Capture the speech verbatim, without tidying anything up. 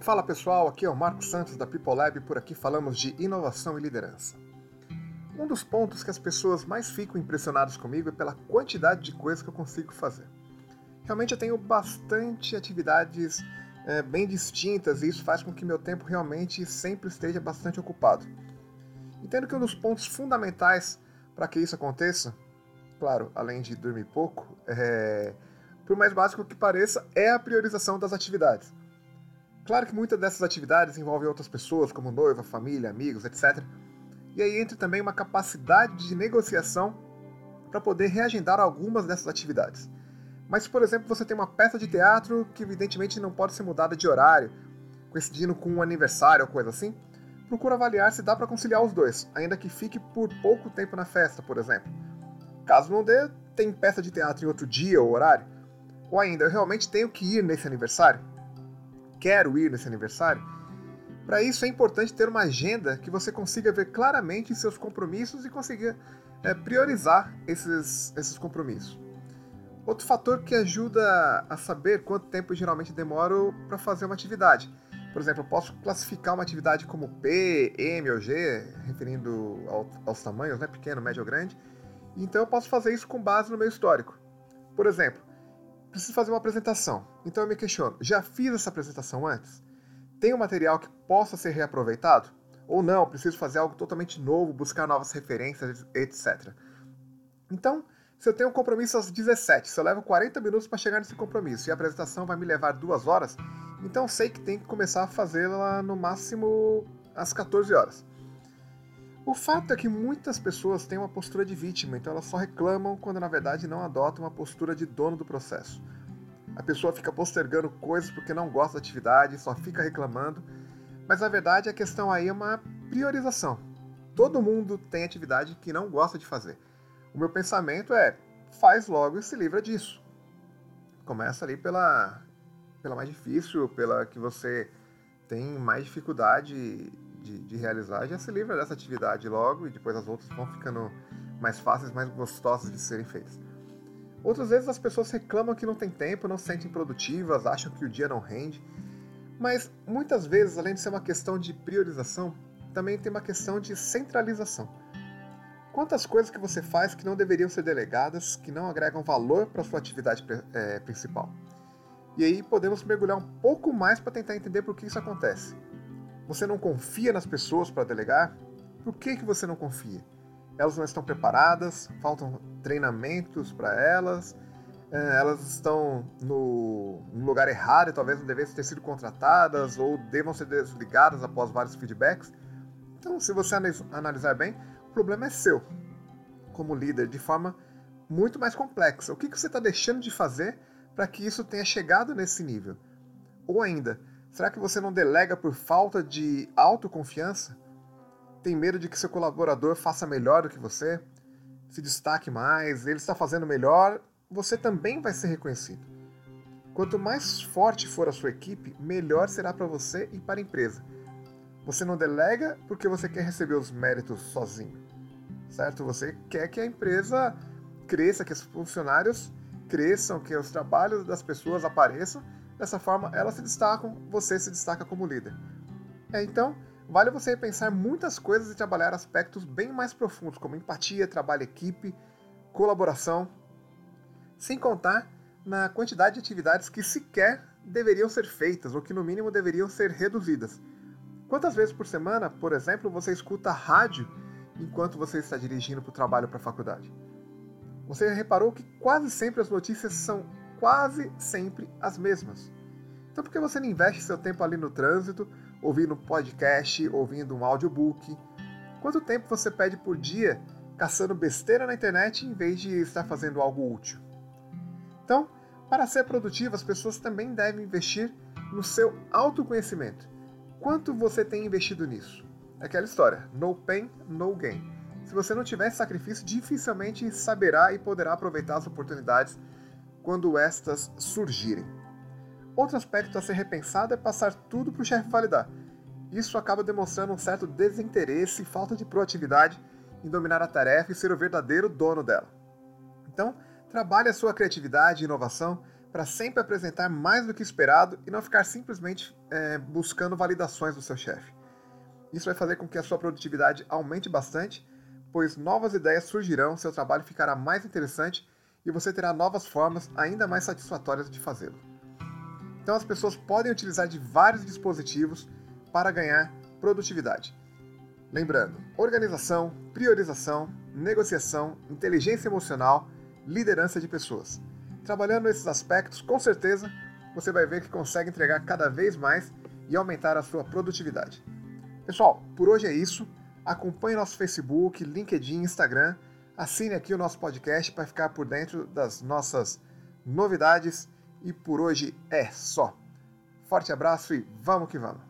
Fala pessoal, aqui é o Marcos Santos da People Lab e por aqui falamos de inovação e liderança. Um dos pontos que as pessoas mais ficam impressionadas comigo é pela quantidade de coisas que eu consigo fazer. Realmente eu tenho bastante atividades é, bem distintas e isso faz com que meu tempo realmente sempre esteja bastante ocupado. Entendo que um dos pontos fundamentais para que isso aconteça, claro, além de dormir pouco, é, por mais básico que pareça, é a priorização das atividades. Claro que muitas dessas atividades envolvem outras pessoas, como noiva, família, amigos, etcétera. E aí entra também uma capacidade de negociação para poder reagendar algumas dessas atividades. Mas se, por exemplo, você tem uma peça de teatro que evidentemente não pode ser mudada de horário, coincidindo com um aniversário ou coisa assim, procura avaliar se dá para conciliar os dois, ainda que fique por pouco tempo na festa, por exemplo. Caso não dê, tem peça de teatro em outro dia ou horário. Ou ainda, eu realmente tenho que ir nesse aniversário? Quero ir nesse aniversário? Para isso é importante ter uma agenda que você consiga ver claramente seus compromissos e consiga é, priorizar esses, esses compromissos. Outro fator que ajuda a saber quanto tempo geralmente demoro para fazer uma atividade. Por exemplo, eu posso classificar uma atividade como P, M ou G, referindo ao, aos tamanhos, né, pequeno, médio ou grande. Então eu posso fazer isso com base no meu histórico. Por exemplo, preciso fazer uma apresentação. Então eu me questiono, já fiz essa apresentação antes? Tem um material que possa ser reaproveitado? Ou não, preciso fazer algo totalmente novo, buscar novas referências, etcétera. Então, se eu tenho um compromisso às dezessete, se eu levo quarenta minutos para chegar nesse compromisso e a apresentação vai me levar duas horas, então sei que tem que começar a fazê-la no máximo às quatorze horas. O fato é que muitas pessoas têm uma postura de vítima, então elas só reclamam quando na verdade não adotam uma postura de dono do processo. A pessoa fica postergando coisas porque não gosta da atividade, só fica reclamando, mas na verdade a questão aí é uma priorização. Todo mundo tem atividade que não gosta de fazer. O meu pensamento é, faz logo e se livra disso. Começa ali pela, pela mais difícil, pela que você tem mais dificuldade de, de realizar, já se livra dessa atividade logo e depois as outras vão ficando mais fáceis, mais gostosas de serem feitas. Outras vezes as pessoas reclamam que não tem tempo, não se sentem produtivas, acham que o dia não rende, mas muitas vezes, além de ser uma questão de priorização, também tem uma questão de centralização. Quantas coisas que você faz que não deveriam ser delegadas, que não agregam valor para a sua atividade é, principal? E aí podemos mergulhar um pouco mais para tentar entender por que isso acontece. Você não confia nas pessoas para delegar? Por que, que você não confia? Elas não estão preparadas? Faltam treinamentos para elas? Elas estão no, no lugar errado e talvez não devessem ter sido contratadas ou devam ser desligadas após vários feedbacks? Então, se você analisar bem, o problema é seu, como líder, de forma muito mais complexa. O que, que você está deixando de fazer para que isso tenha chegado nesse nível? Ou ainda, será que você não delega por falta de autoconfiança? Tem medo de que seu colaborador faça melhor do que você? Se destaque mais, ele está fazendo melhor, você também vai ser reconhecido. Quanto mais forte for a sua equipe, melhor será para você e para a empresa. Você não delega porque você quer receber os méritos sozinho, certo? Você quer que a empresa cresça, que os funcionários cresçam, que os trabalhos das pessoas apareçam. Dessa forma, elas se destacam, você se destaca como líder. É, então, vale você repensar muitas coisas e trabalhar aspectos bem mais profundos, como empatia, trabalho em equipe, colaboração, sem contar na quantidade de atividades que sequer deveriam ser feitas, ou que no mínimo deveriam ser reduzidas. Quantas vezes por semana, por exemplo, você escuta rádio enquanto você está dirigindo para o trabalho ou para a faculdade? Você reparou que quase sempre as notícias são quase sempre as mesmas. Então por que você não investe seu tempo ali no trânsito, ouvindo um podcast, ouvindo um audiobook? Quanto tempo você perde por dia caçando besteira na internet em vez de estar fazendo algo útil? Então, para ser produtivo, as pessoas também devem investir no seu autoconhecimento. Quanto você tem investido nisso? É aquela história, no pain, no gain. Se você não tiver sacrifício, dificilmente saberá e poderá aproveitar as oportunidades quando estas surgirem. Outro aspecto a ser repensado é passar tudo para o chefe validar. Isso acaba demonstrando um certo desinteresse e falta de proatividade em dominar a tarefa e ser o verdadeiro dono dela. Então, trabalhe a sua criatividade e inovação para sempre apresentar mais do que esperado e não ficar simplesmente é, buscando validações do seu chefe. Isso vai fazer com que a sua produtividade aumente bastante, pois novas ideias surgirão, seu trabalho ficará mais interessante e você terá novas formas ainda mais satisfatórias de fazê-lo. Então as pessoas podem utilizar de vários dispositivos para ganhar produtividade. Lembrando, organização, priorização, negociação, inteligência emocional, liderança de pessoas. Trabalhando esses aspectos, com certeza, você vai ver que consegue entregar cada vez mais e aumentar a sua produtividade. Pessoal, por hoje é isso. Acompanhe nosso Facebook, LinkedIn, Instagram. Assine aqui o nosso podcast para ficar por dentro das nossas novidades. E por hoje é só. Forte abraço e vamos que vamos!